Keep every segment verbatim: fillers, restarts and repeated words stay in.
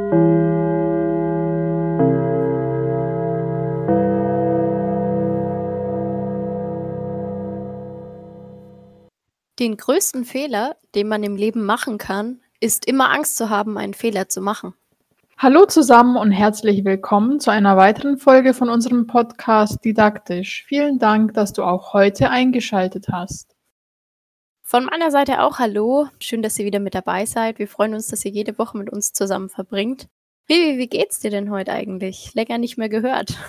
Den größten Fehler, den man im Leben machen kann, ist immer Angst zu haben, einen Fehler zu machen. Hallo zusammen und herzlich willkommen zu einer weiteren Folge von unserem Podcast Didaktisch. Vielen Dank, dass du auch heute eingeschaltet hast. Von meiner Seite auch hallo. Schön, dass ihr wieder mit dabei seid. Wir freuen uns, dass ihr jede Woche mit uns zusammen verbringt. Vivi, wie geht's dir denn heute eigentlich? Länger nicht mehr gehört.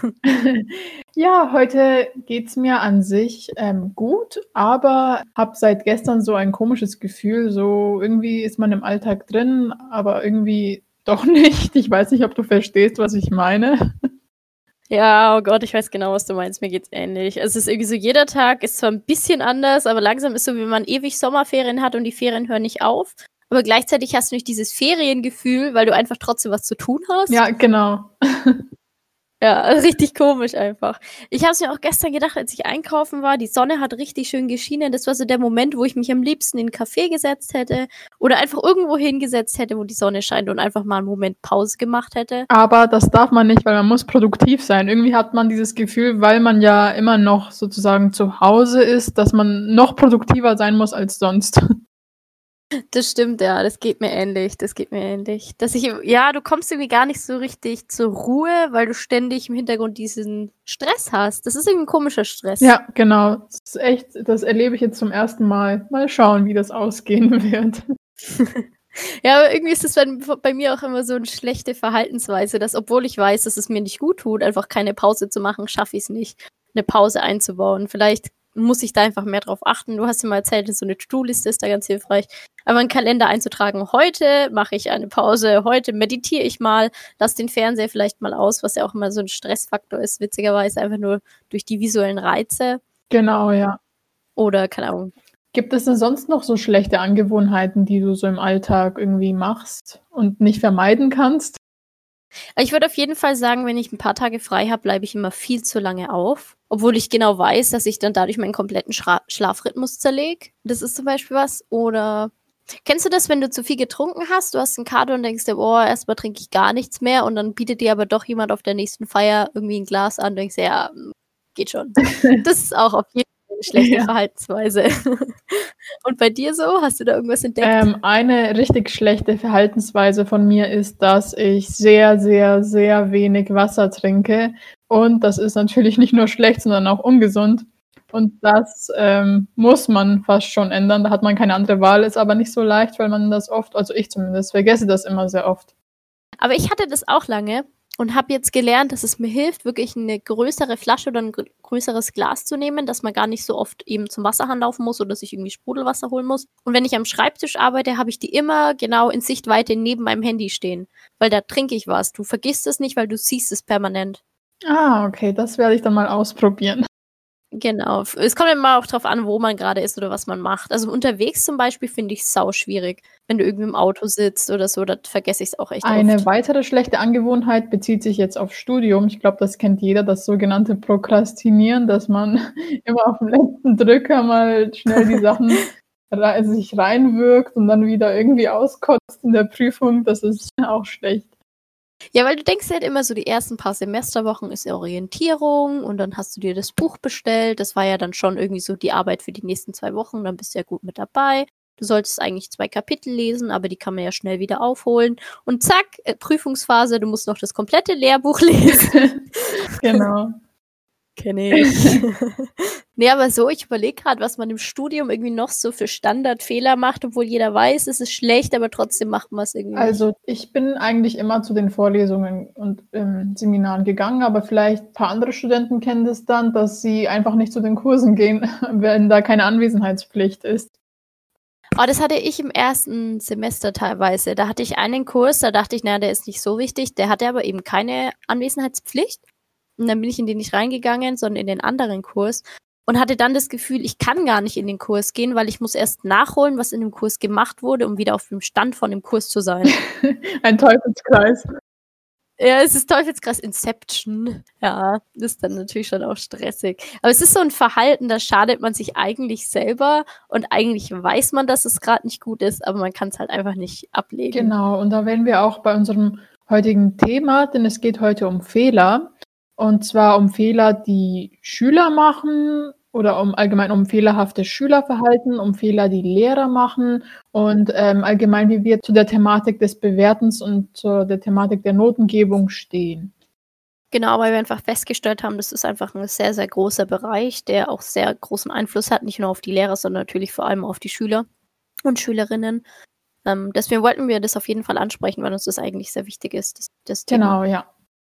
Ja, heute geht's mir an sich ähm, gut, aber habe seit gestern so ein komisches Gefühl, so irgendwie ist man im Alltag drin, aber irgendwie doch nicht. Ich weiß nicht, ob du verstehst, was ich meine. Ja, oh Gott, ich weiß genau, was du meinst. Mir geht's ähnlich. Es ist irgendwie so, jeder Tag ist zwar ein bisschen anders, aber langsam ist so, wie wenn man ewig Sommerferien hat und die Ferien hören nicht auf. Aber gleichzeitig hast du nicht dieses Feriengefühl, weil du einfach trotzdem was zu tun hast. Ja, genau. Ja, richtig komisch einfach. Ich habe es mir auch gestern gedacht, als ich einkaufen war, die Sonne hat richtig schön geschienen. Das war so der Moment, wo ich mich am liebsten in einen Café gesetzt hätte oder einfach irgendwo hingesetzt hätte, wo die Sonne scheint und einfach mal einen Moment Pause gemacht hätte. Aber das darf man nicht, weil man muss produktiv sein. Irgendwie hat man dieses Gefühl, weil man ja immer noch sozusagen zu Hause ist, dass man noch produktiver sein muss als sonst. Das stimmt, ja, das geht mir ähnlich, das geht mir ähnlich. Dass ich, ja, du kommst irgendwie gar nicht so richtig zur Ruhe, weil du ständig im Hintergrund diesen Stress hast. Das ist irgendwie ein komischer Stress. Ja, genau. Das ist echt, das erlebe ich jetzt zum ersten Mal. Mal schauen, wie das ausgehen wird. Ja, aber irgendwie ist es bei, bei mir auch immer so eine schlechte Verhaltensweise, dass, obwohl ich weiß, dass es mir nicht gut tut, einfach keine Pause zu machen, schaffe ich es nicht, eine Pause einzubauen. Vielleicht muss ich da einfach mehr drauf achten. Du hast ja mal erzählt, so eine To-Do-Liste ist da ganz hilfreich. Aber einen Kalender einzutragen, heute mache ich eine Pause, heute meditiere ich mal, lass den Fernseher vielleicht mal aus, was ja auch immer so ein Stressfaktor ist, witzigerweise einfach nur durch die visuellen Reize. Genau, ja. Oder, keine Ahnung. Gibt es denn sonst noch so schlechte Angewohnheiten, die du so im Alltag irgendwie machst und nicht vermeiden kannst? Ich würde auf jeden Fall sagen, wenn ich ein paar Tage frei habe, bleibe ich immer viel zu lange auf. Obwohl ich genau weiß, dass ich dann dadurch meinen kompletten Schra- Schlafrhythmus zerlege. Das ist zum Beispiel was. Oder kennst du das, wenn du zu viel getrunken hast? Du hast einen Kater und denkst dir, boah, erstmal trinke ich gar nichts mehr. Und dann bietet dir aber doch jemand auf der nächsten Feier irgendwie ein Glas an. Und denkst dir, ja, geht schon. Das ist auch auf jeden Fall eine schlechte Ja. Verhaltensweise. Und bei dir so? Hast du da irgendwas entdeckt? Ähm, eine richtig schlechte Verhaltensweise von mir ist, dass ich sehr, sehr, sehr wenig Wasser trinke. Und das ist natürlich nicht nur schlecht, sondern auch ungesund. Und das ähm, muss man fast schon ändern. Da hat man keine andere Wahl, ist aber nicht so leicht, weil man das oft, also ich zumindest, vergesse das immer sehr oft. Aber ich hatte das auch lange und habe jetzt gelernt, dass es mir hilft, wirklich eine größere Flasche oder ein gr- größeres Glas zu nehmen, dass man gar nicht so oft eben zum Wasserhahn laufen muss oder sich irgendwie Sprudelwasser holen muss. Und wenn ich am Schreibtisch arbeite, habe ich die immer genau in Sichtweite neben meinem Handy stehen, weil da trinke ich was. Du vergisst es nicht, weil du siehst es permanent. Ah, okay, das werde ich dann mal ausprobieren. Genau. F- Es kommt immer auch drauf an, wo man gerade ist oder was man macht. Also unterwegs zum Beispiel finde ich es sau schwierig. Wenn du irgendwie im Auto sitzt oder so, dann vergesse ich es auch echt Eine oft. weitere schlechte Angewohnheit bezieht sich jetzt auf Studium. Ich glaube, das kennt jeder, das sogenannte Prokrastinieren, dass man immer auf den letzten Drücker mal schnell die Sachen rei- sich reinwirkt und dann wieder irgendwie auskotzt in der Prüfung. Das ist auch schlecht. Ja, weil du denkst halt immer so, die ersten paar Semesterwochen ist ja Orientierung und dann hast du dir das Buch bestellt. Das war ja dann schon irgendwie so die Arbeit für die nächsten zwei Wochen. Dann bist du ja gut mit dabei. Du solltest eigentlich zwei Kapitel lesen, aber die kann man ja schnell wieder aufholen. Und zack, äh, Prüfungsphase, du musst noch das komplette Lehrbuch lesen. Genau. Kenne ich. Nee, aber so, ich überlege gerade, was man im Studium irgendwie noch so für Standardfehler macht, obwohl jeder weiß, es ist schlecht, aber trotzdem macht man es irgendwie nicht. Also ich bin eigentlich immer zu den Vorlesungen und ähm, Seminaren gegangen, aber vielleicht ein paar andere Studenten kennen das dann, dass sie einfach nicht zu den Kursen gehen, wenn da keine Anwesenheitspflicht ist. Oh, das hatte ich im ersten Semester teilweise. Da hatte ich einen Kurs, da dachte ich, naja, der ist nicht so wichtig. Der hatte aber eben keine Anwesenheitspflicht. Und dann bin ich in den nicht reingegangen, sondern in den anderen Kurs. Und hatte dann das Gefühl, ich kann gar nicht in den Kurs gehen, weil ich muss erst nachholen, was in dem Kurs gemacht wurde, um wieder auf dem Stand von dem Kurs zu sein. Ein Teufelskreis. Ja, es ist Teufelskreis Inception. Ja, das ist dann natürlich schon auch stressig. Aber es ist so ein Verhalten, da schadet man sich eigentlich selber und eigentlich weiß man, dass es gerade nicht gut ist, aber man kann es halt einfach nicht ablegen. Genau, und da wären wir auch bei unserem heutigen Thema, denn es geht heute um Fehler. Und zwar um Fehler, die Schüler machen oder um allgemein um fehlerhaftes Schülerverhalten, um Fehler, die Lehrer machen und ähm, allgemein, wie wir zu der Thematik des Bewertens und zu der Thematik der Notengebung stehen. Genau, weil wir einfach festgestellt haben, das ist einfach ein sehr, sehr großer Bereich, der auch sehr großen Einfluss hat, nicht nur auf die Lehrer, sondern natürlich vor allem auf die Schüler und Schülerinnen. Ähm, deswegen wollten wir das auf jeden Fall ansprechen, weil uns das eigentlich sehr wichtig ist, das, das Thema. Genau, ja.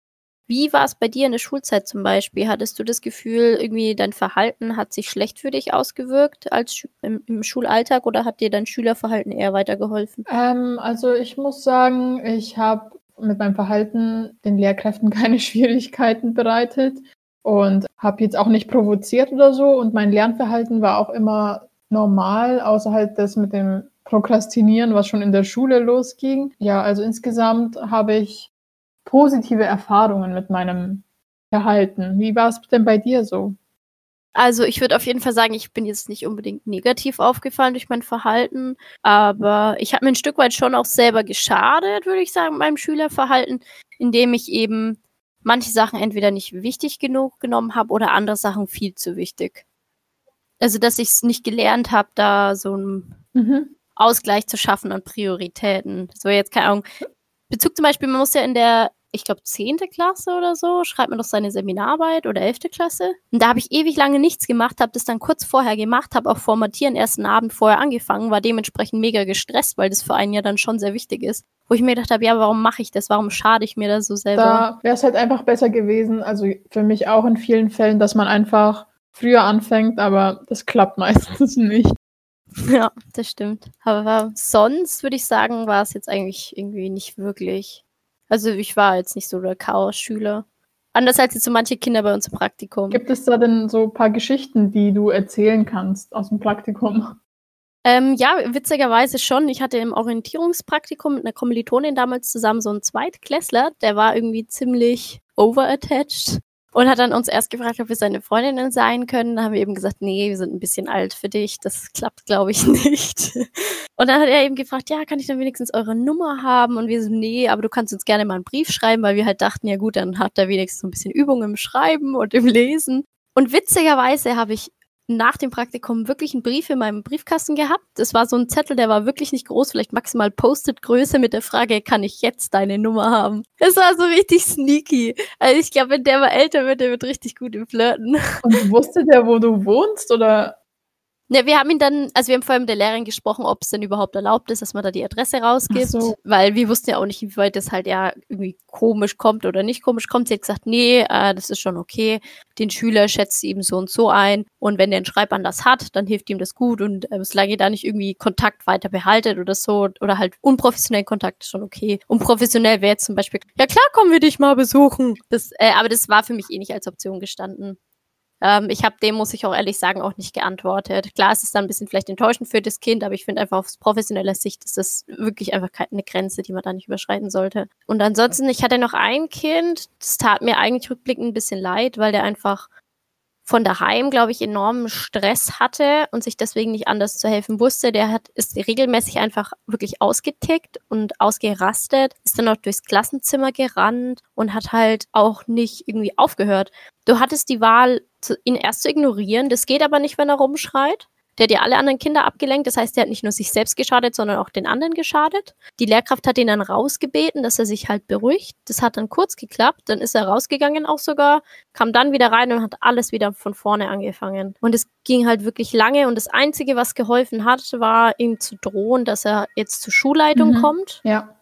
Wie war es bei dir in der Schulzeit zum Beispiel? Hattest du das Gefühl, irgendwie dein Verhalten hat sich schlecht für dich ausgewirkt als Schü im, im Schulalltag oder hat dir dein Schülerverhalten eher weitergeholfen? Ähm, also ich muss sagen, ich habe mit meinem Verhalten den Lehrkräften keine Schwierigkeiten bereitet und habe jetzt auch nicht provoziert oder so. Und mein Lernverhalten war auch immer normal, außer halt das mit dem Prokrastinieren, was schon in der Schule losging. Ja, also insgesamt habe ich positive Erfahrungen mit meinem Verhalten. Wie war es denn bei dir so? Also, ich würde auf jeden Fall sagen, ich bin jetzt nicht unbedingt negativ aufgefallen durch mein Verhalten, aber ich habe mir ein Stück weit schon auch selber geschadet, würde ich sagen, mit meinem Schülerverhalten, indem ich eben manche Sachen entweder nicht wichtig genug genommen habe oder andere Sachen viel zu wichtig. Also, dass ich es nicht gelernt habe, da so 'n Mhm. Ausgleich zu schaffen an Prioritäten. So jetzt, keine Ahnung, Bezug zum Beispiel, man muss ja in der, ich glaube, zehnte Klasse oder so, schreibt man doch seine Seminararbeit oder elfte Klasse. Und da habe ich ewig lange nichts gemacht, habe das dann kurz vorher gemacht, habe auch Formatieren erst 'n Abend vorher angefangen, war dementsprechend mega gestresst, weil das für einen ja dann schon sehr wichtig ist. Wo ich mir gedacht habe: „Ja, warum mache ich das? Warum schade ich mir da so selber?“ Da wäre es halt einfach besser gewesen, also für mich auch in vielen Fällen, dass man einfach früher anfängt, aber das klappt meistens nicht. Ja, das stimmt. Aber sonst würde ich sagen, war es jetzt eigentlich irgendwie nicht wirklich. Also, ich war jetzt nicht so der Chaosschüler. Anders als jetzt so manche Kinder bei uns im Praktikum. Gibt es da denn so paar Geschichten, die du erzählen kannst aus'm Praktikum? Ähm, ja, witzigerweise schon. Ich hatte im Orientierungspraktikum mit 'ner Kommilitonin damals zusammen so 'n Zweitklässler, der war irgendwie ziemlich overattached und hat dann uns erst gefragt, ob wir seine Freundinnen sein können. Da haben wir eben gesagt: „Ne, wir sind 'n bisschen alt für dich, das klappt, glaube ich, nicht.“ Und dann hat er eben gefragt: „Ja, kann ich dann wenigstens eure Nummer haben?“ Und wir so: „Ne, aber du kannst uns gerne mal 'n Brief schreiben“, weil wir halt dachten: „Ja gut, dann hat er wenigstens so 'n bisschen Übung im Schreiben und im Lesen.“ Und witzigerweise habe ich nach dem Praktikum wirklich 'n Brief in meinem Briefkasten gehabt. Das war so 'n Zettel, der war wirklich nicht groß, vielleicht maximal Post-it-Größe mit der Frage: „Kann ich jetzt deine Nummer haben?“ Das war so richtig sneaky. Also, ich glaube, wenn der mal älter wird, der wird richtig gut im Flirten. Und wusste der, wo du wohnst, oder? Ne, wir haben ihn dann also, wir haben vorher mit der Lehrerin gesprochen, ob's denn überhaupt erlaubt ist, dass man da die Adresse Ach rausgibt, so. weil wir wussten ja auch nicht, inwieweit das halt ja irgendwie komisch kommt oder nicht komisch kommt. Sie hat gesagt: „Ne, äh, das ist schon okay. Den Schüler schätzt sie eben so und so ein und wenn der 'n Schreibanlass hat, dann hilft ihm das gut und, äh, solange ihr da nicht irgendwie Kontakt weiter behaltet oder so oder halt unprofessionellen Kontakt, ist schon okay.“ Unprofessionell wäre jetzt zum Beispiel: „Ja klar, kommen wir dich mal besuchen.“ Das äh, aber das war für mich eh nicht als Option gestanden. Ähm, ich habe dem, muss ich auch ehrlich sagen, auch nicht geantwortet. Klar, es ist dann 'n bisschen vielleicht enttäuschend für das Kind, aber ich finde einfach aus professioneller Sicht ist das wirklich einfach kei 'ne Grenze, die man da nicht überschreiten sollte. Und ansonsten, ich hatte noch ein Kind, das tat mir eigentlich rückblickend 'n bisschen leid, weil der einfach von daheim, glaube ich, enormen Stress hatte und sich deswegen nicht anders zu helfen wusste. Der hat ist regelmäßig einfach wirklich ausgetickt und ausgerastet, ist dann auch durchs Klassenzimmer gerannt und hat halt auch nicht irgendwie aufgehört. Du hattest die Wahl, zu ihn erst zu ignorieren, das geht aber nicht, wenn er rumschreit. Der hat ja alle anderen Kinder abgelenkt, das heißt, der hat nicht nur sich selbst geschadet, sondern auch den anderen geschadet. Die Lehrkraft hat ihn dann rausgebeten, dass er sich halt beruhigt. Das hat dann kurz geklappt, dann ist er rausgegangen auch sogar, kam dann wieder rein und hat alles wieder von vorne angefangen. Und es ging halt wirklich lange und das Einzige, was geholfen hat, war, ihm zu drohen, dass er jetzt zur Schulleitung Mhm, kommt. ja.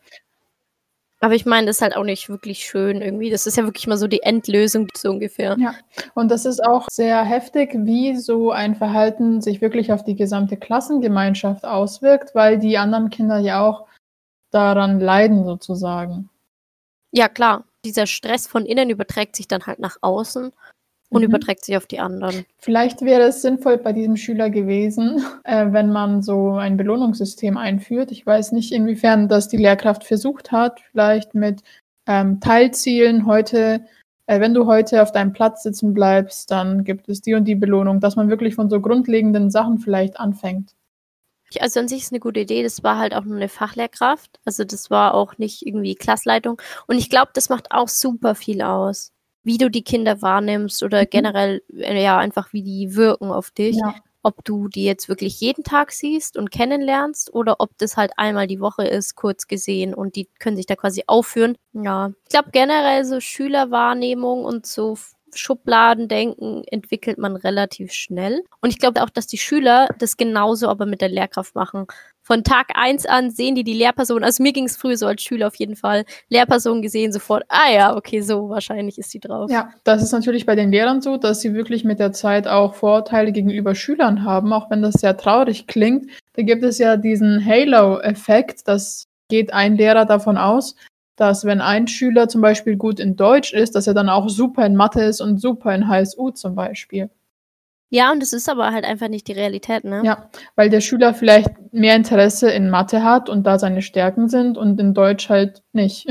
Aber ich meine, das ist halt auch nicht wirklich schön irgendwie. Das ist ja wirklich mal so die Endlösung so ungefähr. Ja, und das ist auch sehr heftig, wie so ein Verhalten sich wirklich auf die gesamte Klassengemeinschaft auswirkt, weil die anderen Kinder ja auch daran leiden sozusagen. Ja klar, dieser Stress von innen überträgt sich dann halt nach außen und Mhm. überträgt sich auf die anderen. Vielleicht wäre es sinnvoll bei diesem Schüler gewesen, äh, wenn man so ein Belohnungssystem einführt. Ich weiß nicht, inwiefern das die Lehrkraft versucht hat, vielleicht mit, ähm, Teilzielen. Heute äh, wenn du heute auf deinem Platz sitzen bleibst, dann gibt es die und die Belohnung, dass man wirklich von so grundlegenden Sachen vielleicht anfängt. Also an sich ist eine gute Idee. Das war halt auch nur eine Fachlehrkraft. Also das war auch nicht irgendwie Klassleitung. Und ich glaube, das macht auch super viel aus, wie du die Kinder wahrnimmst oder Mhm. generell, äh, ja, einfach wie die wirken auf dich. Ja. Ob du die jetzt wirklich jeden Tag siehst und kennenlernst oder ob das halt einmal die Woche ist, kurz gesehen und die können sich da quasi aufführen. Ja, ich glaube generell so Schülerwahrnehmung und so F- Schubladendenken entwickelt man relativ schnell. Und ich glaube auch, dass die Schüler das genauso aber mit der Lehrkraft machen. Von Tag eins an sehen die die Lehrperson, also mir ging es früher so als Schüler auf jeden Fall, Lehrperson gesehen, sofort, ah ja, okay, so wahrscheinlich ist die drauf. Ja, das ist natürlich bei den Lehrern so, dass sie wirklich mit der Zeit auch Vorurteile gegenüber Schülern haben, auch wenn das sehr traurig klingt. Da gibt es ja diesen Halo-Effekt, das geht ein Lehrer davon aus, dass wenn ein Schüler zum Beispiel gut in Deutsch ist, dass er dann auch super in Mathe ist und super in H S U zum Beispiel. Ja, und das ist aber halt einfach nicht die Realität, ne? Ja, weil der Schüler vielleicht mehr Interesse in Mathe hat und da seine Stärken sind und in Deutsch halt nicht.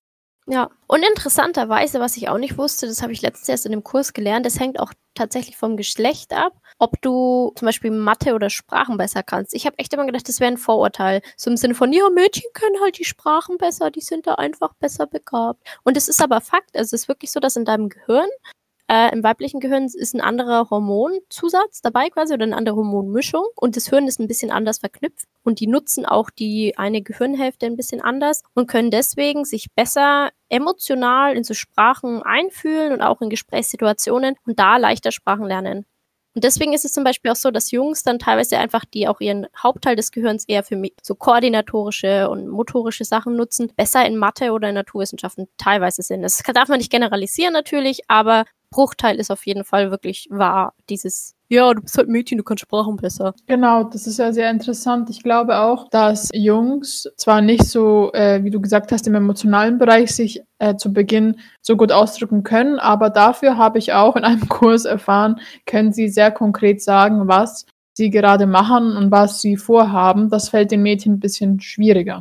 Ja, und interessanterweise, was ich auch nicht wusste, das habe ich letztens erst in dem Kurs gelernt, das hängt auch tatsächlich vom Geschlecht ab, ob du zum Beispiel Mathe oder Sprachen besser kannst. Ich habe echt immer gedacht, das wäre ein Vorurteil. So im Sinne von, ja, Mädchen können halt die Sprachen besser, die sind da einfach besser begabt. Und es ist aber Fakt, also es ist wirklich so, dass in deinem Gehirn, äh, im weiblichen Gehirn ist ein anderer Hormonzusatz dabei quasi oder eine andere Hormonmischung und das Hirn ist ein bisschen anders verknüpft und die nutzen auch die eine Gehirnhälfte ein bisschen anders und können deswegen sich besser emotional in so Sprachen einfühlen und auch in Gesprächssituationen und da leichter Sprachen lernen. Und deswegen ist es zum Beispiel auch so, dass Jungs dann teilweise einfach, die auch ihren Hauptteil des Gehirns eher für mi- so koordinatorische und motorische Sachen nutzen, besser in Mathe oder in Naturwissenschaften teilweise sind. Das darf man nicht generalisieren natürlich, aber Bruchteil ist auf jeden Fall wirklich wahr. Dieses, ja, du bist halt Mädchen, du kannst Sprachen besser. Genau, das ist ja sehr interessant. Ich glaube auch, dass Jungs zwar nicht so, äh, wie du gesagt hast, im emotionalen Bereich sich äh, zu Beginn so gut ausdrücken können, aber dafür habe ich auch in einem Kurs erfahren, können sie sehr konkret sagen, was sie gerade machen und was sie vorhaben. Das fällt den Mädchen ein bisschen schwieriger.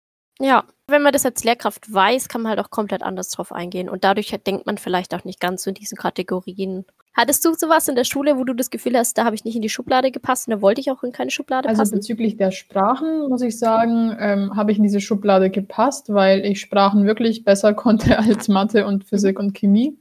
Ja, wenn man das als Lehrkraft weiß, kann man halt auch komplett anders drauf eingehen. Und dadurch halt denkt man vielleicht auch nicht ganz so in diesen Kategorien. Hattest du sowas in der Schule, wo du das Gefühl hast, da habe ich nicht in die Schublade gepasst und da wollte ich auch in keine Schublade Also passen? bezüglich der Sprachen muss ich sagen, ähm, habe ich in diese Schublade gepasst, weil ich Sprachen wirklich besser konnte als Mathe und Physik und Chemie.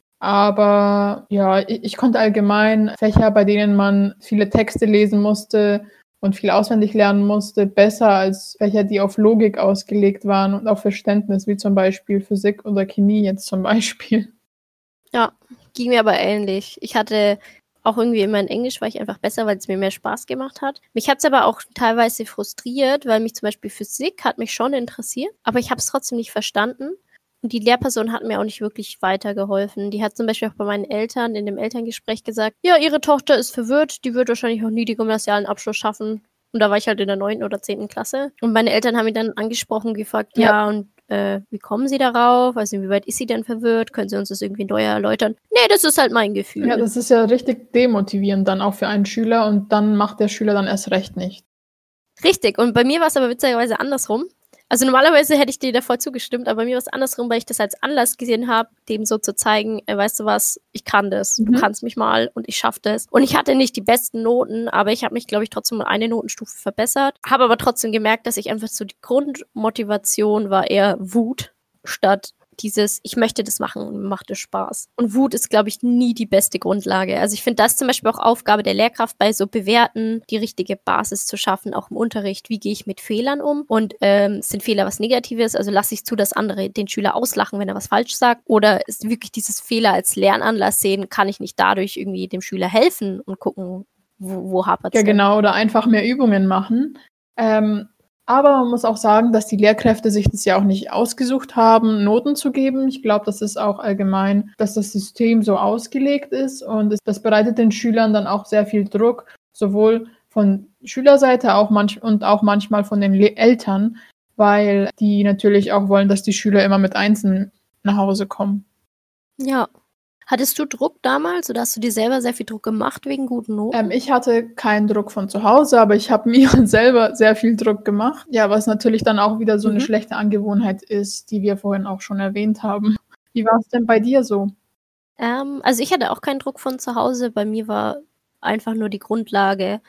Aber ja, ich, ich konnte allgemein Fächer, bei denen man viele Texte lesen musste und viel auswendig lernen musste, besser als Fächer, die auf Logik ausgelegt waren und auf Verständnis, wie zum Beispiel Physik oder Chemie jetzt zum Beispiel. Ja, ging mir aber ähnlich. Ich hatte auch irgendwie immer in Englisch war ich einfach besser, weil es mir mehr Spaß gemacht hat. Mich hat es aber auch teilweise frustriert, weil mich zum Beispiel Physik hat mich schon interessiert, aber ich habe es trotzdem nicht verstanden. Und die Lehrperson hat mir auch nicht wirklich weitergeholfen. Die hat zum Beispiel auch bei meinen Eltern in dem Elterngespräch gesagt, ja, ihre Tochter ist verwirrt, die wird wahrscheinlich auch nie den gymnasialen Abschluss schaffen. Und da war ich halt in der neunten oder zehnten Klasse. Und meine Eltern haben mich dann angesprochen, gefragt, ja, Ja. und äh, wie kommen Sie darauf? Also inwieweit ist sie denn verwirrt? Können Sie uns das irgendwie neu erläutern? Nee, das ist halt mein Gefühl. Ja, das ist ja richtig demotivierend dann auch für einen Schüler und dann macht der Schüler dann erst recht nicht. Richtig. Und bei mir war es aber witzigerweise andersrum. Also normalerweise hätte ich dir da voll zugestimmt, aber bei mir war es andersrum, weil ich das als Anlass gesehen habe, dem so zu zeigen, äh, weißt du was, ich kann das, Mhm. du kannst mich mal und ich schaffe das. Und ich hatte nicht die besten Noten, aber ich habe mich, glaube ich, trotzdem um eine Notenstufe verbessert. Habe aber trotzdem gemerkt, dass ich einfach so die Grundmotivation war eher Wut statt dieses, ich möchte das machen und mir macht es Spaß. Und Wut ist, glaube ich, nie die beste Grundlage. Also ich finde das zum Beispiel auch Aufgabe der Lehrkraft bei so Bewerten, die richtige Basis zu schaffen, auch im Unterricht. Wie gehe ich mit Fehlern um? Und ähm, sind Fehler was Negatives? Also lasse ich zu, dass andere den Schüler auslachen, wenn er was falsch sagt? Oder ist wirklich dieses Fehler als Lernanlass sehen? Kann ich nicht dadurch irgendwie dem Schüler helfen und gucken, wo, wo hapert es Ja, denn? genau, oder einfach mehr Übungen machen. Ähm, aber man muss auch sagen, dass die Lehrkräfte sich das ja auch nicht ausgesucht haben, Noten zu geben. Ich glaube, das ist auch allgemein, dass das System so ausgelegt ist und es, das bereitet den Schülern dann auch sehr viel Druck, sowohl von Schülerseite auch manch, und auch manchmal von den Le Eltern, weil die natürlich auch wollen, dass die Schüler immer mit Einsen nach Hause kommen. Ja. Hattest du Druck damals oder hast du dir selber sehr viel Druck gemacht wegen guten Noten? Ähm, ich hatte keinen Druck von zu Hause, aber ich habe mir selber sehr viel Druck gemacht. Ja, was natürlich dann auch wieder so eine Mhm. schlechte Angewohnheit ist, die wir vorhin auch schon erwähnt haben. Wie war es denn bei dir so? Ähm, also ich hatte auch keinen Druck von zu Hause. Bei mir war einfach nur die Grundlage,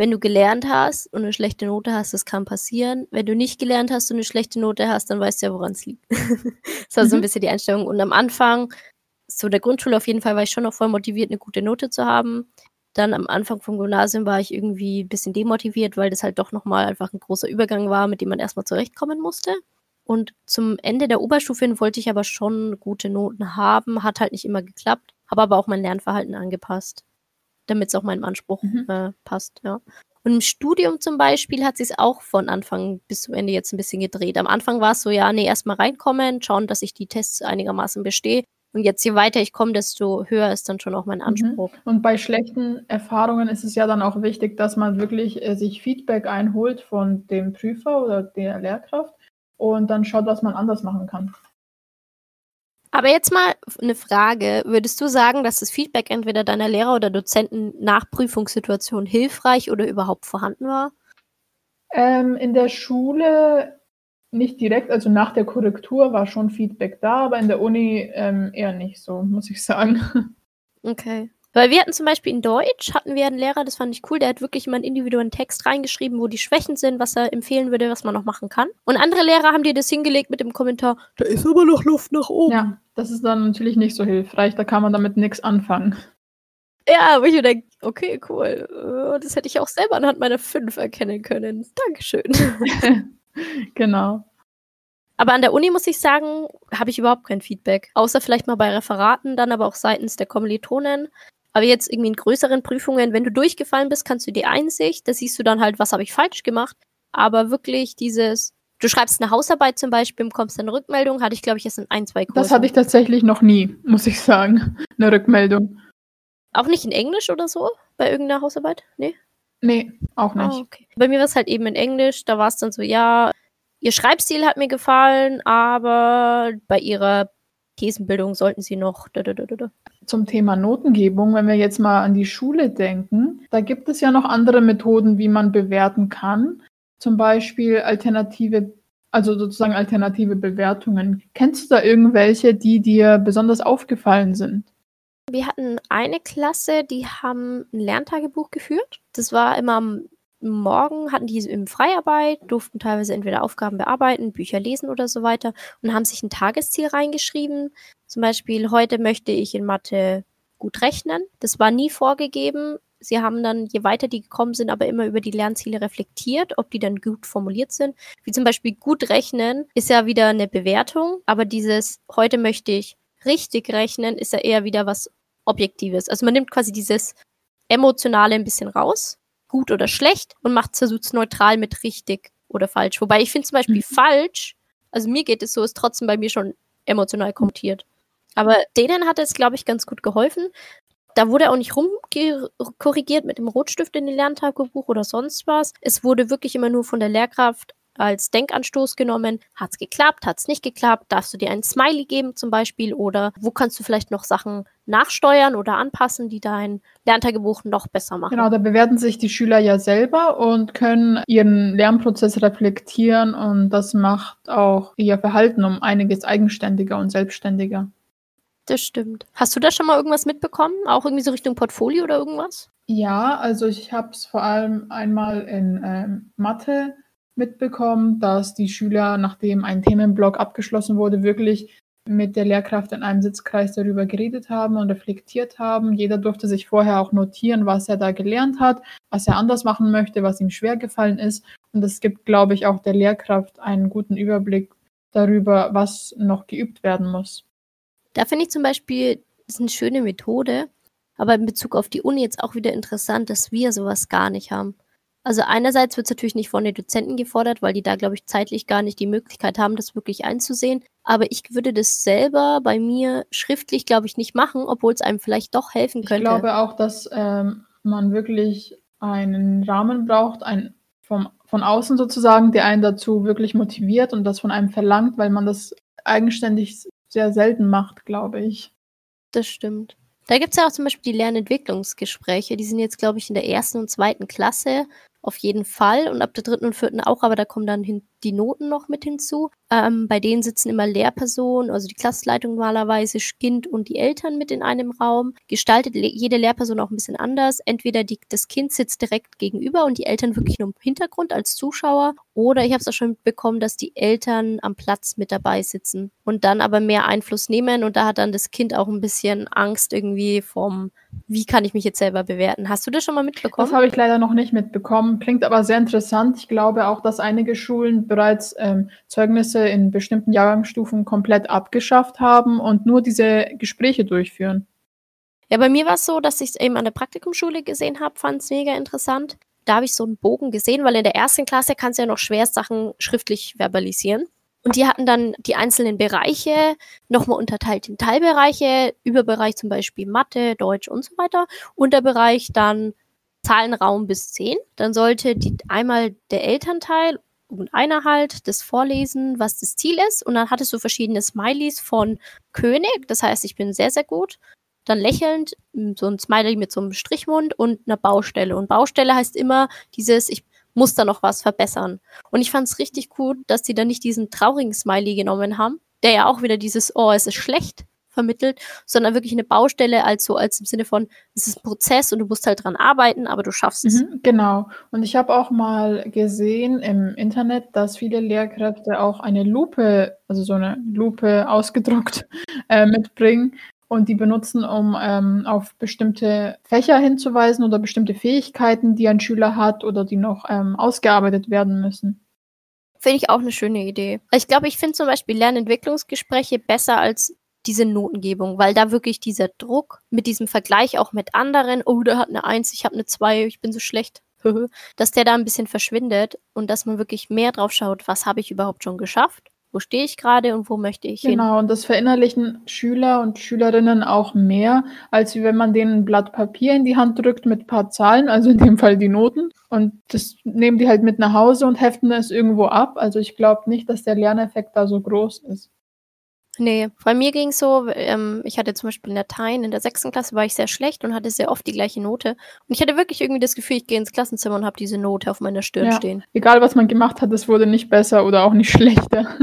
wenn du gelernt hast und eine schlechte Note hast, das kann passieren. Wenn du nicht gelernt hast und eine schlechte Note hast, dann weißt du ja, woran es liegt. Das war so ein Mhm. bisschen die Einstellung. Und am Anfang, so der Grundschule auf jeden Fall, war ich schon noch voll motiviert, eine gute Note zu haben. Dann am Anfang vom Gymnasium war ich irgendwie ein bisschen demotiviert, weil das halt doch noch mal einfach ein großer Übergang war, mit dem man erst mal zurechtkommen musste. Und zum Ende der Oberstufe hin wollte ich aber schon gute Noten haben, hat halt nicht immer geklappt, habe aber auch mein Lernverhalten angepasst, damit es auch meinem Anspruch Mhm. äh, passt, ja. Und im Studium zum Beispiel hat sich's auch von Anfang bis zum Ende jetzt ein bisschen gedreht. Am Anfang war es so, ja, nee, erst mal reinkommen, schauen, dass ich die Tests einigermaßen bestehe. Und jetzt, je weiter ich komme, desto höher ist dann schon auch mein Mhm. Anspruch. Und bei schlechten Erfahrungen ist es ja dann auch wichtig, dass man wirklich äh, sich Feedback einholt von dem Prüfer oder der Lehrkraft und dann schaut, was man anders machen kann. Aber jetzt mal eine Frage. Würdest du sagen, dass das Feedback entweder deiner Lehrer oder Dozenten nach Prüfungssituationen hilfreich oder überhaupt vorhanden war? Ähm, in der Schule nicht direkt, also nach der Korrektur war schon Feedback da, aber in der Uni ähm, eher nicht so, muss ich sagen. Okay. Weil wir hatten zum Beispiel in Deutsch, hatten wir einen Lehrer, das fand ich cool, der hat wirklich immer einen individuellen Text reingeschrieben, wo die Schwächen sind, was er empfehlen würde, was man noch machen kann. Und andere Lehrer haben dir das hingelegt mit dem Kommentar, da ist aber noch Luft nach oben. Ja, das ist dann natürlich nicht so hilfreich, da kann man damit nichts anfangen. Ja, wo ich mir denke, okay, cool. Äh, Das hätte ich auch selber anhand meiner fünf erkennen können. Dankeschön. Genau. Aber an der Uni, muss ich sagen, habe ich überhaupt kein Feedback. Außer vielleicht mal bei Referaten, dann aber auch seitens der Kommilitonen. Aber jetzt irgendwie in größeren Prüfungen, wenn du durchgefallen bist, kannst du die Einsicht, da siehst du dann halt, was habe ich falsch gemacht. Aber wirklich dieses, du schreibst eine Hausarbeit zum Beispiel, bekommst eine Rückmeldung, hatte ich, glaube ich, erst in ein, zwei Kursen. Das hatte ich tatsächlich noch nie, muss ich sagen, eine Rückmeldung. Auch nicht in Englisch oder so, bei irgendeiner Hausarbeit? Nee? Nee, auch nicht. Ah, okay. Bei mir war es halt eben in Englisch, da war es dann so, ja, ihr Schreibstil hat mir gefallen, aber bei ihrer Thesenbildung sollten sie noch. Da, da, da, da. Zum Thema Notengebung, wenn wir jetzt mal an die Schule denken, da gibt es ja noch andere Methoden, wie man bewerten kann. Zum Beispiel alternative, also sozusagen alternative Bewertungen. Kennst du da irgendwelche, die dir besonders aufgefallen sind? Wir hatten eine Klasse, die haben ein Lerntagebuch geführt. Das war immer am Morgen, hatten die im Freiarbeit, durften teilweise entweder Aufgaben bearbeiten, Bücher lesen oder so weiter und haben sich ein Tagesziel reingeschrieben. Zum Beispiel, heute möchte ich in Mathe gut rechnen. Das war nie vorgegeben. Sie haben dann, je weiter die gekommen sind, aber immer über die Lernziele reflektiert, ob die dann gut formuliert sind. Wie zum Beispiel gut rechnen ist ja wieder eine Bewertung, aber dieses heute möchte ich richtig rechnen ist ja eher wieder was Objektives. Also man nimmt quasi dieses Emotionale ein bisschen raus, gut oder schlecht, und macht versucht es neutral mit richtig oder falsch. Wobei ich finde zum Beispiel Mhm. falsch, also mir geht es so, ist trotzdem bei mir schon emotional kommentiert. Aber denen hat es, glaube ich, ganz gut geholfen. Da wurde auch nicht rumkorrigiert mit dem Rotstift in den Lerntagebuch oder sonst was. Es wurde wirklich immer nur von der Lehrkraft als Denkanstoß genommen. Hat's geklappt? Hat's nicht geklappt? Darfst du dir einen Smiley geben zum Beispiel? Oder wo kannst du vielleicht noch Sachen nachsteuern oder anpassen, die dein Lerntagebuch noch besser machen? Genau, da bewerten sich die Schüler ja selber und können ihren Lernprozess reflektieren und das macht auch ihr Verhalten um einiges eigenständiger und selbstständiger. Das stimmt. Hast du da schon mal irgendwas mitbekommen? Auch irgendwie so Richtung Portfolio oder irgendwas? Ja, also ich habe es vor allem einmal in ähm, Mathe mitbekommen, dass die Schüler, nachdem ein Themenblock abgeschlossen wurde, wirklich mit der Lehrkraft in einem Sitzkreis darüber geredet haben und reflektiert haben. Jeder durfte sich vorher auch notieren, was er da gelernt hat, was er anders machen möchte, was ihm schwer gefallen ist. Und das gibt, glaube ich, auch der Lehrkraft einen guten Überblick darüber, was noch geübt werden muss. Da finde ich zum Beispiel, das ist eine schöne Methode, aber in Bezug auf die Uni jetzt auch wieder interessant, dass wir sowas gar nicht haben. Also einerseits wird es natürlich nicht von den Dozenten gefordert, weil die da, glaube ich, zeitlich gar nicht die Möglichkeit haben, das wirklich einzusehen. Aber ich würde das selber bei mir schriftlich, glaube ich, nicht machen, obwohl es einem vielleicht doch helfen Ich könnte. glaube auch, dass ähm, man wirklich einen Rahmen braucht, ein, vom, von außen sozusagen, der einen dazu wirklich motiviert und das von einem verlangt, weil man das eigenständig sehr selten macht, glaube ich. Das stimmt. Da gibt es ja auch zum Beispiel die Lernentwicklungsgespräche. Die sind jetzt, glaube ich, in der ersten und zweiten Klasse auf jeden Fall und ab der dritten und vierten auch, aber da kommen dann hin die Noten noch mit hinzu. Ähm, bei denen sitzen immer Lehrpersonen, also die Klassenleitung normalerweise, Kind und die Eltern mit in einem Raum. Gestaltet le- jede Lehrperson auch ein bisschen anders. Entweder die, das Kind sitzt direkt gegenüber und die Eltern wirklich nur im Hintergrund als Zuschauer. Oder ich habe es auch schon mitbekommen, dass die Eltern am Platz mit dabei sitzen und dann aber mehr Einfluss nehmen. Und da hat dann das Kind auch ein bisschen Angst irgendwie vom, wie kann ich mich jetzt selber bewerten. Hast du das schon mal Das mitbekommen? habe ich leider noch nicht mitbekommen, klingt aber sehr interessant. Ich glaube auch, dass einige Schulen bereits ähm, Zeugnisse in bestimmten Jahrgangsstufen komplett abgeschafft haben und nur diese Gespräche durchführen. Ja, bei mir war es so, dass ich es eben an der Praktikumsschule gesehen habe, fand es mega interessant. Da habe ich so einen Bogen gesehen, weil in der ersten Klasse kannst du ja noch schwer Sachen schriftlich verbalisieren. Und die hatten dann die einzelnen Bereiche nochmal unterteilt in Teilbereiche, Überbereich zum Beispiel Mathe, Deutsch und so weiter. Unterbereich dann Zahlenraum bis zehn. Dann sollte die, einmal der Elternteil und einer halt das vorlesen, was das Ziel ist. Und dann hattest du verschiedene Smileys von König, das heißt, ich bin sehr, sehr gut. Dann lächelnd, so ein Smiley mit so einem Strichmund und einer Baustelle. Und Baustelle heißt immer dieses, ich muss da noch was verbessern. Und ich fand es richtig gut, dass die dann nicht diesen traurigen Smiley genommen haben, der ja auch wieder dieses, oh, es ist schlecht vermittelt, sondern wirklich eine Baustelle als so, als im Sinne von, es ist ein Prozess und du musst halt dran arbeiten, aber du schaffst es. Mhm, genau. Und ich habe auch mal gesehen im Internet, dass viele Lehrkräfte auch eine Lupe, also so eine Lupe ausgedruckt, äh, mitbringen und die benutzen, um ähm, auf bestimmte Fächer hinzuweisen oder bestimmte Fähigkeiten, die ein Schüler hat oder die noch ähm, ausgearbeitet werden müssen. Finde ich auch eine schöne Idee. Ich glaube, ich finde zum Beispiel Lernentwicklungsgespräche besser als diese Notengebung, weil da wirklich dieser Druck mit diesem Vergleich auch mit anderen, oh, der hat eine Eins, ich habe eine Zwei, ich bin so schlecht, dass der da ein bisschen verschwindet und dass man wirklich mehr drauf schaut, was habe ich überhaupt schon geschafft, wo stehe ich gerade und wo möchte ich hin. Genau, und das verinnerlichen Schüler und Schülerinnen auch mehr, als wie wenn man denen ein Blatt Papier in die Hand drückt mit ein paar Zahlen, also in dem Fall die Noten. Und das nehmen die halt mit nach Hause und heften es irgendwo ab. Also ich glaube nicht, dass der Lerneffekt da so groß ist. Nee, bei mir ging's so, ähm, ich hatte zum Beispiel in Latein in der sechsten Klasse war ich sehr schlecht und hatte sehr oft die gleiche Note. Und ich hatte wirklich irgendwie das Gefühl, ich gehe ins Klassenzimmer und habe diese Note auf meiner Stirn Ja, stehen. egal was man gemacht hat, es wurde nicht besser oder auch nicht schlechter.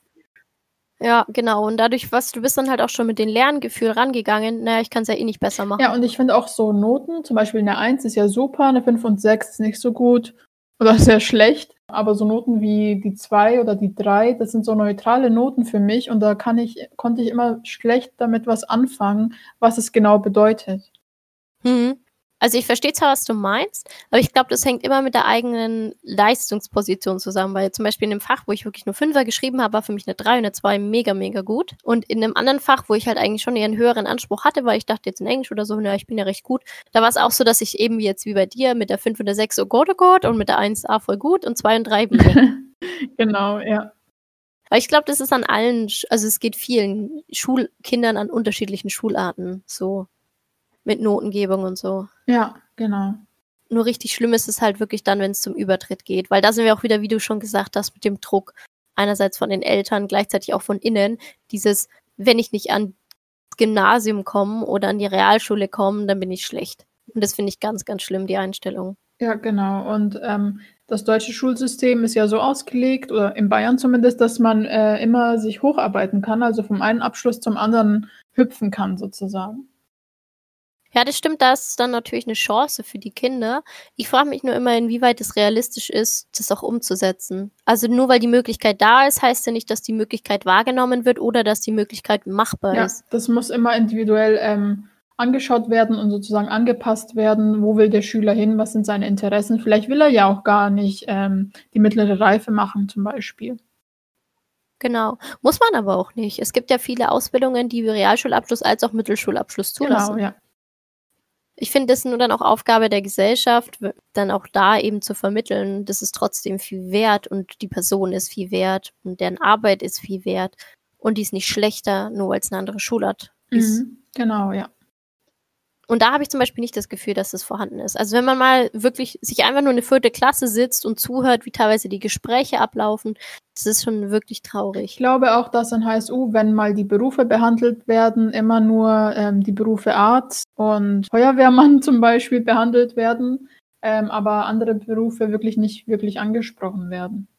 Ja, genau. Und dadurch, was du bist dann halt auch schon mit dem Lerngefühl rangegangen, naja, ich kann es ja eh nicht besser Ja, machen. und ich finde auch so Noten, zum Beispiel eine Eins ist ja super, eine fünf und sechs ist nicht so gut oder sehr schlecht. Aber so Noten wie die zwei oder die drei, das sind so neutrale Noten für mich und da kann ich, konnte ich immer schlecht damit was anfangen, was es genau bedeutet. Mhm. Also ich verstehe zwar, was du meinst, aber ich glaube, das hängt immer mit der eigenen Leistungsposition zusammen, weil zum Beispiel in einem Fach, wo ich wirklich nur Fünfer geschrieben habe, war für mich eine drei und eine zwei mega, mega gut. Und in einem anderen Fach, wo ich halt eigentlich schon eher einen höheren Anspruch hatte, weil ich dachte jetzt in Englisch oder so, na, ich bin ja recht gut, da war es auch so, dass ich eben jetzt wie bei dir mit der fünf und der sechs oh Gott, oh Gott und mit der eins ah, voll gut und zwei und drei wieder. Genau, ja. Weil ich glaube, das ist an allen, Sch- also es geht vielen Schulkindern an unterschiedlichen Schularten so mit Notengebung und so. Ja, genau. Nur richtig schlimm ist es halt wirklich dann, wenn es zum Übertritt geht. Weil da sind wir auch wieder, wie du schon gesagt hast, mit dem Druck einerseits von den Eltern, gleichzeitig auch von innen. Dieses, wenn ich nicht ans Gymnasium komme oder an die Realschule komme, dann bin ich schlecht. Und das finde ich ganz, ganz schlimm, die Einstellung. Ja, genau. Und ähm, das deutsche Schulsystem ist ja so ausgelegt, oder in Bayern zumindest, dass man äh, immer sich hocharbeiten kann, also vom einen Abschluss zum anderen hüpfen kann, sozusagen. Ja, das stimmt, das ist dann natürlich eine Chance für die Kinder. Ich frage mich nur immer, inwieweit es realistisch ist, das auch umzusetzen. Also nur weil die Möglichkeit da ist, heißt ja nicht, dass die Möglichkeit wahrgenommen wird oder dass die Möglichkeit machbar Ja, ist. das muss immer individuell ähm, angeschaut werden und sozusagen angepasst werden. Wo will der Schüler hin? Was sind seine Interessen? Vielleicht will er ja auch gar nicht ähm, die mittlere Reife machen, zum Beispiel. Genau. Muss man aber auch nicht. Es gibt ja viele Ausbildungen, die Realschulabschluss als auch Mittelschulabschluss Genau, zulassen. ja. Ich finde, das ist nur dann auch Aufgabe der Gesellschaft, w- dann auch da eben zu vermitteln, das ist trotzdem viel wert und die Person ist viel wert und deren Arbeit ist viel wert und die ist nicht schlechter, nur weil es eine andere Schulart ist. Mhm. Genau, ja. Und da habe ich zum Beispiel nicht das Gefühl, dass das vorhanden ist. Also wenn man mal wirklich sich einfach nur eine vierte Klasse sitzt und zuhört, wie teilweise die Gespräche ablaufen, das ist schon wirklich Ich traurig. glaube auch, dass an H S U, wenn mal die Berufe behandelt werden, immer nur ähm, die Berufe Arzt und Feuerwehrmann zum Beispiel behandelt werden, ähm, aber andere Berufe wirklich nicht wirklich angesprochen werden.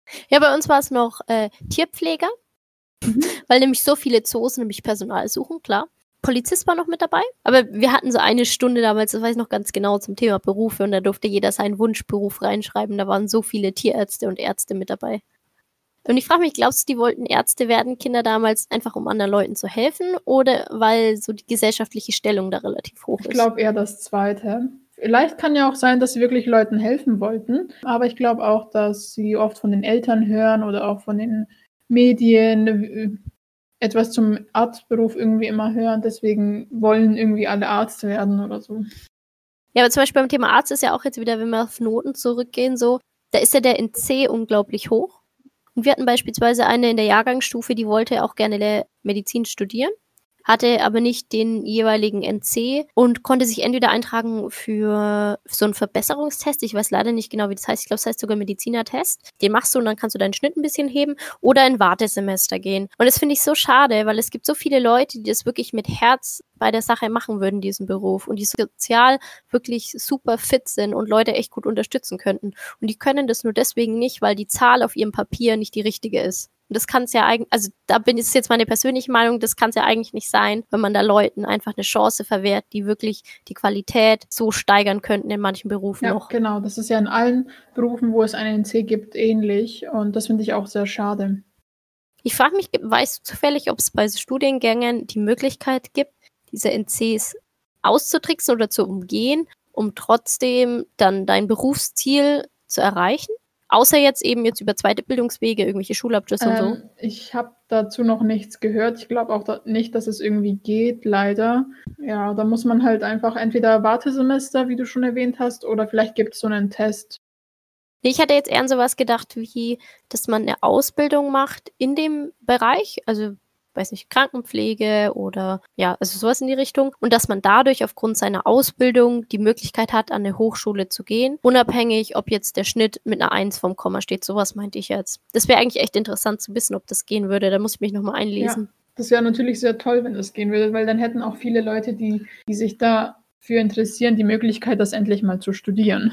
Ja, bei uns war es noch äh, Tierpfleger, Mhm. weil nämlich so viele Zoos nämlich Personal suchen, klar. Polizist war noch mit dabei, aber wir hatten so eine Stunde damals, das weiß ich noch ganz genau, zum Thema Berufe und da durfte jeder seinen Wunschberuf reinschreiben. Da waren so viele Tierärzte und Ärzte mit dabei. Und ich frage mich, glaubst du, die wollten Ärzte werden, Kinder damals, einfach um anderen Leuten zu helfen oder weil so die gesellschaftliche Stellung da relativ hoch Ich ist? glaube eher das Zweite. Vielleicht kann ja auch sein, dass sie wirklich Leuten helfen wollten, aber ich glaube auch, dass sie oft von den Eltern hören oder auch von den Medien äh, etwas zum Arztberuf irgendwie immer hören, deswegen wollen irgendwie alle Arzt werden oder so. Ja, aber zum Beispiel beim Thema Arzt ist ja auch jetzt wieder, wenn wir auf Noten zurückgehen, so, da ist ja der N C unglaublich hoch. Und wir hatten beispielsweise eine in der Jahrgangsstufe, die wollte auch gerne Le- Medizin studieren, hatte aber nicht den jeweiligen N C und konnte sich entweder eintragen für so einen Verbesserungstest, ich weiß leider nicht genau, wie das heißt, ich glaube, es heißt sogar Medizinertest, den machst du und dann kannst du deinen Schnitt ein bisschen heben oder ein Wartesemester gehen. Und das finde ich so schade, weil es gibt so viele Leute, die das wirklich mit Herz bei der Sache machen würden, diesen Beruf und die sozial wirklich super fit sind und Leute echt gut unterstützen könnten. Und die können das nur deswegen nicht, weil die Zahl auf ihrem Papier nicht die richtige ist. Und das kann es ja eigentlich, also da bin ist jetzt meine persönliche Meinung, das kann es ja eigentlich nicht sein, wenn man da Leuten einfach eine Chance verwehrt, die wirklich die Qualität so steigern könnten in manchen Berufen Ja, noch. genau. Das ist ja in allen Berufen, wo es einen N C gibt, ähnlich. Und das finde ich auch sehr schade. Ich frage mich, weißt du zufällig, ob es bei so Studiengängen die Möglichkeit gibt, diese N Cs auszutricksen oder zu umgehen, um trotzdem dann dein Berufsziel zu erreichen? Außer jetzt eben jetzt über zweite Bildungswege, irgendwelche Schulabschlüsse und so. Ähm, ich habe dazu noch nichts gehört. Ich glaube auch da nicht, dass es irgendwie geht, leider. Ja, da muss man halt einfach entweder Wartesemester, wie du schon erwähnt hast, oder vielleicht gibt es so einen Test. Nee, ich hatte jetzt eher an sowas gedacht, wie, dass man eine Ausbildung macht in dem Bereich, also, weiß nicht, Krankenpflege oder ja, also sowas in die Richtung. Und dass man dadurch aufgrund seiner Ausbildung die Möglichkeit hat, an eine Hochschule zu gehen, unabhängig, ob jetzt der Schnitt mit einer Eins vom Komma steht. Sowas meinte ich jetzt. Das wäre eigentlich echt interessant zu wissen, ob das gehen würde. Da muss ich mich nochmal einlesen. Ja, das wäre natürlich sehr toll, wenn das gehen würde, weil dann hätten auch viele Leute, die, die sich dafür interessieren, die Möglichkeit, das endlich mal zu studieren.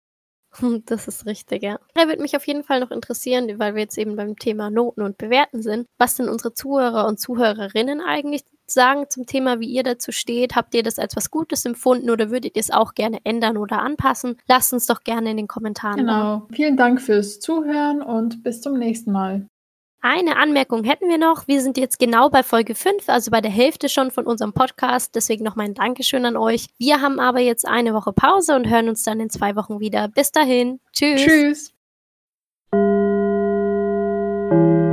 Das ist richtig, ja. Da würde mich auf jeden Fall noch interessieren, weil wir jetzt eben beim Thema Noten und Bewerten sind, was denn unsere Zuhörer und Zuhörerinnen eigentlich sagen zum Thema, wie ihr dazu steht. Habt ihr das als was Gutes empfunden oder würdet ihr es auch gerne ändern oder anpassen? Lasst uns doch gerne in den Kommentaren da. Genau. Vielen Dank fürs Zuhören und bis zum nächsten Mal. Eine Anmerkung hätten wir noch. Wir sind jetzt genau bei Folge fünf, also bei der Hälfte schon von unserem Podcast. Deswegen noch mein Dankeschön an euch. Wir haben aber jetzt eine Woche Pause und hören uns dann in zwei Wochen wieder. Bis dahin. Tschüss. Tschüss.